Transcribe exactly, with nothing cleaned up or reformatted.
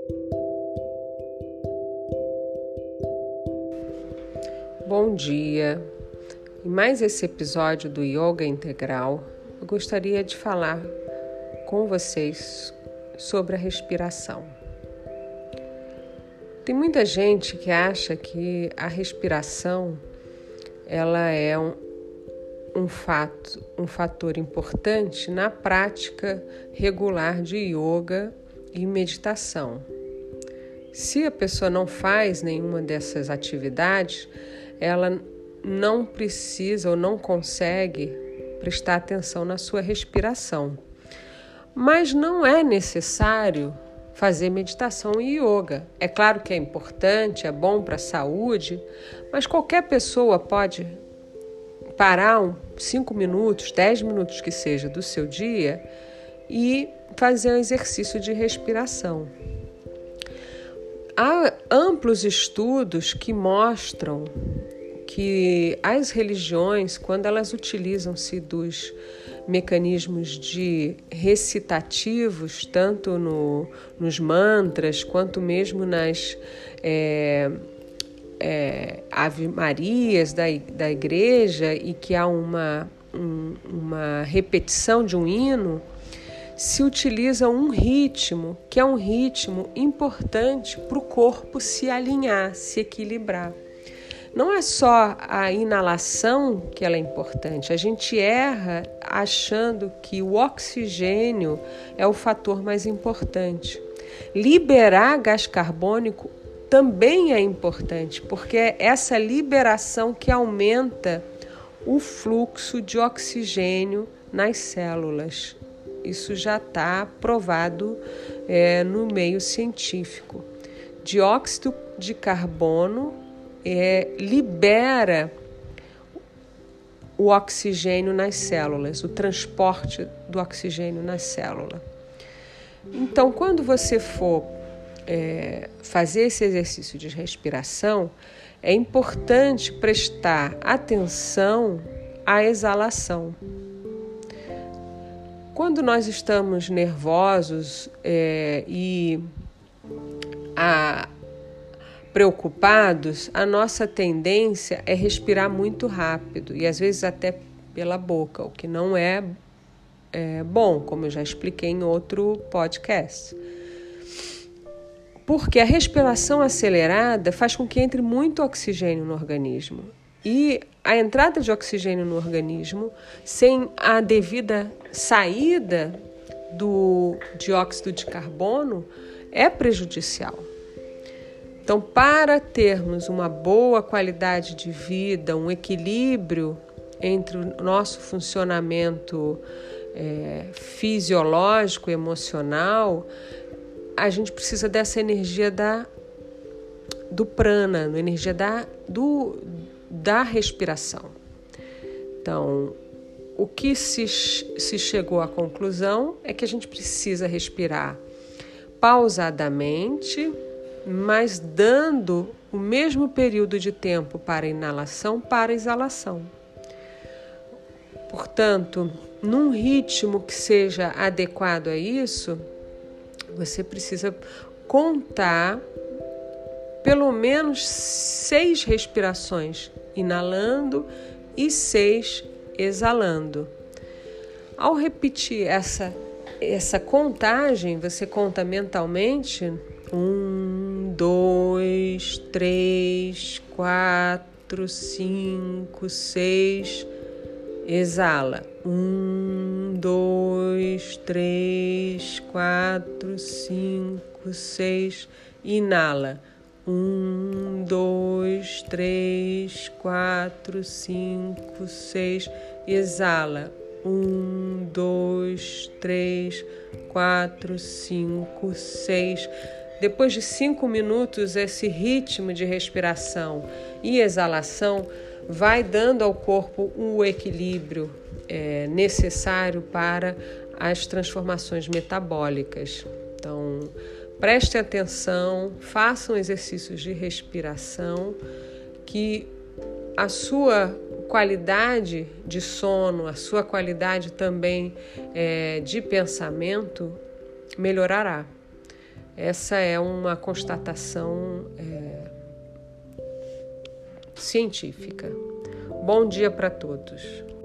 Bom dia! Em mais esse episódio do Yoga Integral, eu gostaria de falar com vocês sobre a respiração. Tem muita gente que acha que a respiração ela é um, um, fato, um fator importante na prática regular de yoga e meditação. Se a pessoa não faz nenhuma dessas atividades, ela não precisa ou não consegue prestar atenção na sua respiração. Mas não é necessário fazer meditação e yoga. É claro que é importante, é bom para a saúde, mas qualquer pessoa pode parar uns cinco minutos, dez minutos que seja do seu dia e fazer um exercício de respiração. Há amplos estudos que mostram que as religiões, quando elas utilizam-se dos mecanismos de recitativos, tanto no, nos mantras, quanto mesmo nas é, é, ave-marias da, da igreja, e que há uma, um, uma repetição de um hino, se utiliza um ritmo, que é um ritmo importante para o corpo se alinhar, se equilibrar. Não é só a inalação que ela é importante. A gente erra achando que o oxigênio é o fator mais importante. Liberar gás carbônico também é importante, porque é essa liberação que aumenta o fluxo de oxigênio nas células. Isso já está provado é, no meio científico. Dióxido de carbono É, libera o oxigênio nas células, o transporte do oxigênio na célula. Então, quando você for é, fazer esse exercício de respiração, é importante prestar atenção à exalação. Quando nós estamos nervosos é, e a preocupados, a nossa tendência é respirar muito rápido e às vezes até pela boca, o que não é, é bom, como eu já expliquei em outro podcast. Porque a respiração acelerada faz com que entre muito oxigênio no organismo. E a entrada de oxigênio no organismo, sem a devida saída do dióxido de carbono, é prejudicial. Então, para termos uma boa qualidade de vida, um equilíbrio entre o nosso funcionamento é, fisiológico e emocional, a gente precisa dessa energia da, do prana, a energia da, do, da respiração. Então, o que se, se chegou à conclusão é que a gente precisa respirar pausadamente, mas dando o mesmo período de tempo para inalação para exalação. Portanto, num ritmo que seja adequado a isso, você precisa contar pelo menos seis respirações inalando e seis exalando. Ao repetir essa, essa contagem, você conta mentalmente um, dois, três, quatro, cinco, seis, exala. Um, dois, três, quatro, cinco, seis, inala. Um, dois, três, quatro, cinco, seis, exala. Um, dois, três, quatro, cinco, seis. Depois de cinco minutos, esse ritmo de respiração e exalação vai dando ao corpo o equilíbrio é, necessário para as transformações metabólicas. Então, prestem atenção, façam exercícios de respiração, que a sua qualidade de sono, a sua qualidade também é, de pensamento melhorará. Essa é uma constatação é, científica. Bom dia para todos.